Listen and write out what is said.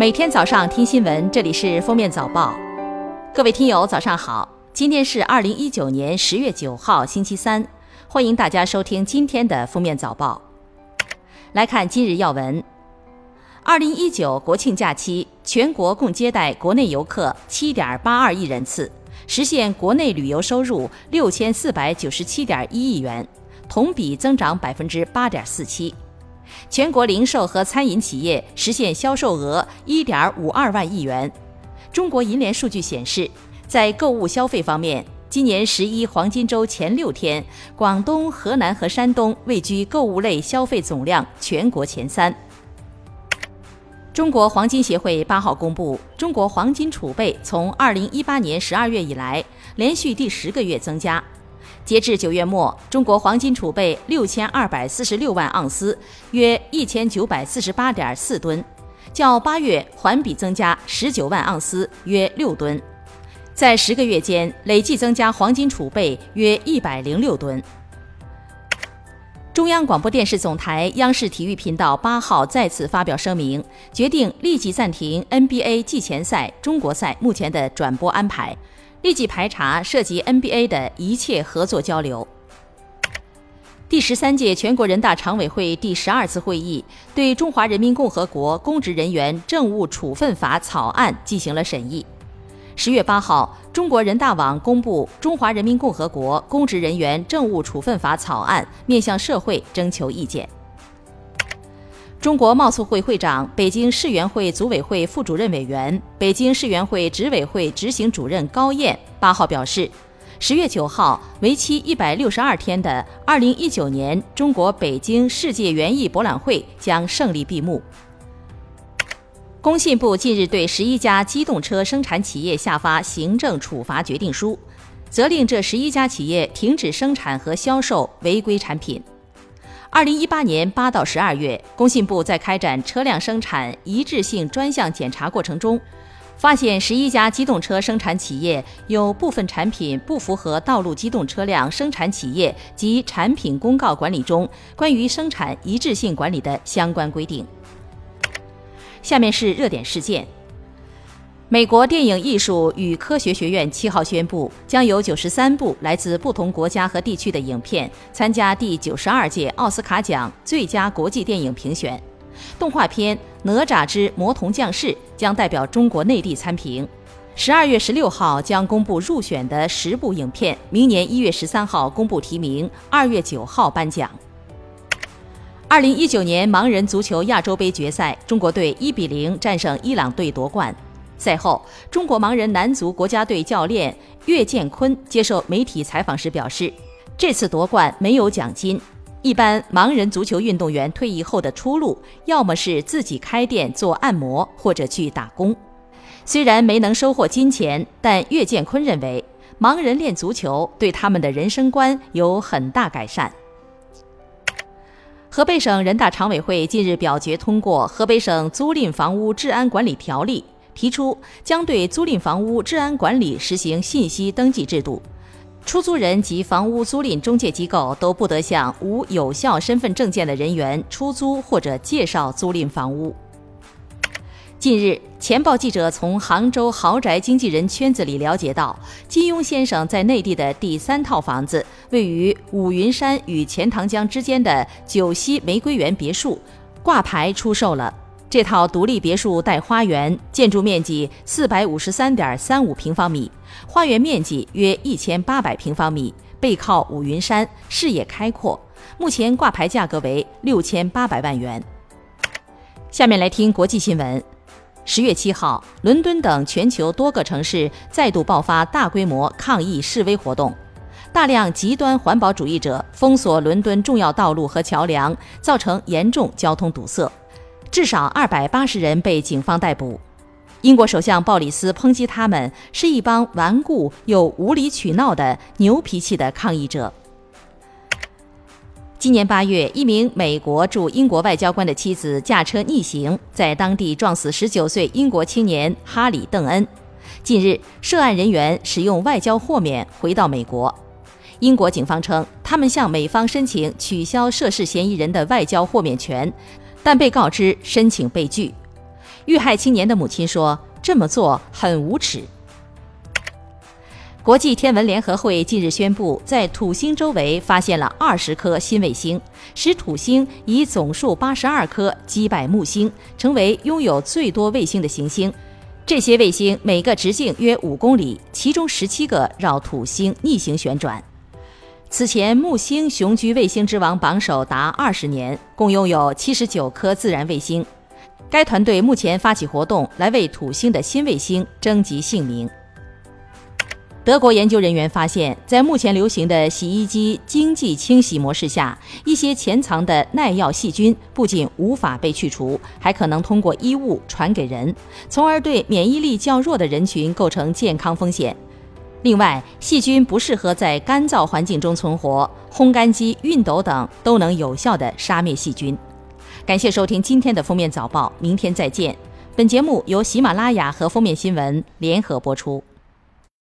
每天早上听新闻，这里是封面早报。各位听友早上好，今天是2019年10月9号星期三，欢迎大家收听今天的封面早报。来看今日要闻。2019国庆假期，全国共接待国内游客 7.82 亿人次，实现国内旅游收入 6497.1 亿元，同比增长 8.47%。全国零售和餐饮企业实现销售额 1.52 万亿元。中国银联数据显示，在购物消费方面，今年11黄金周前6天，广东、河南和山东位居购物类消费总量全国前3。中国黄金协会8号公布，中国黄金储备从2018年12月以来，连续第10个月增加。截至9月末，中国黄金储备6246万盎司，约1948.4吨，较8月环比增加19万盎司，约6吨。在10个月间，累计增加黄金储备约106吨。中央广播电视总台央视体育频道8号再次发表声明，决定立即暂停 NBA 季前赛中国赛目前的转播安排，立即排查涉及 NBA 的一切合作交流。第13届全国人大常委会第12次会议对《中华人民共和国公职人员政务处分法》草案进行了审议。10月8号，中国人大网公布《中华人民共和国公职人员政务处分法》草案，面向社会征求意见。中国贸促会会长、北京市委会组委会副主任委员、北京市委会执委会执行主任高燕8号表示，10月9号，为期162天的2019年中国北京世界园艺博览会将胜利闭幕。工信部近日对11家机动车生产企业下发行政处罚决定书，责令这11家企业停止生产和销售违规产品。2018年8到12月，工信部在开展车辆生产一致性专项检查过程中，发现11家机动车生产企业有部分产品不符合道路机动车辆生产企业及产品公告管理中关于生产一致性管理的相关规定。下面是热点事件。美国电影艺术与科学学院7号宣布，将有93部来自不同国家和地区的影片参加第92届奥斯卡奖最佳国际电影评选。动画片《哪吒之魔童降世》将代表中国内地参评。12月16号将公布入选的10部影片，明年1月13号公布提名，2月9号颁奖。2019年盲人足球亚洲杯决赛，中国队1-0战胜伊朗队夺冠。赛后，中国盲人男足国家队教练岳建坤接受媒体采访时表示，这次夺冠没有奖金，一般盲人足球运动员退役后的出路，要么是自己开店做按摩，或者去打工。虽然没能收获金钱，但岳建坤认为，盲人练足球对他们的人生观有很大改善。河北省人大常委会近日表决通过《河北省租赁房屋治安管理条例》，提出将对租赁房屋治安管理实行信息登记制度，出租人及房屋租赁中介机构都不得向无有效身份证件的人员出租或者介绍租赁房屋。近日，前报记者从杭州豪宅经纪人圈子里了解到，金庸先生在内地的第3套房子位于五云山与钱塘江之间的九溪玫瑰园别墅挂牌出售了。这套独立别墅带花园，建筑面积 453.35 平方米，花园面积约1800平方米，背靠五云山，视野开阔。目前挂牌价格为6800万元。下面来听国际新闻。10月7号，伦敦等全球多个城市再度爆发大规模抗议示威活动，大量极端环保主义者封锁伦敦重要道路和桥梁，造成严重交通堵塞，至少280人被警方逮捕。英国首相鲍里斯抨击他们是一帮顽固又无理取闹的牛脾气的抗议者。今年8月，一名美国驻英国外交官的妻子驾车逆行，在当地撞死19岁英国青年哈里·邓恩。近日，涉案人员使用外交豁免回到美国。英国警方称，他们向美方申请取消涉事嫌疑人的外交豁免权，但被告知申请被拒。 遇害青年的母亲说，这么做很无耻。国际天文联合会近日宣布，在土星周围发现了20颗新卫星，使土星以总数82颗击败木星，成为拥有最多卫星的行星。这些卫星每个直径约5公里，其中17个绕土星逆行旋转。此前，木星雄居卫星之王榜首达20年，共拥有79颗自然卫星。该团队目前发起活动，来为土星的新卫星征集姓名。德国研究人员发现，在目前流行的洗衣机经济清洗模式下，一些潜藏的耐药细菌不仅无法被去除，还可能通过衣物传给人，从而对免疫力较弱的人群构成健康风险。另外，细菌不适合在干燥环境中存活，烘干机、熨斗等都能有效地杀灭细菌。感谢收听今天的封面早报，明天再见。本节目由喜马拉雅和封面新闻联合播出。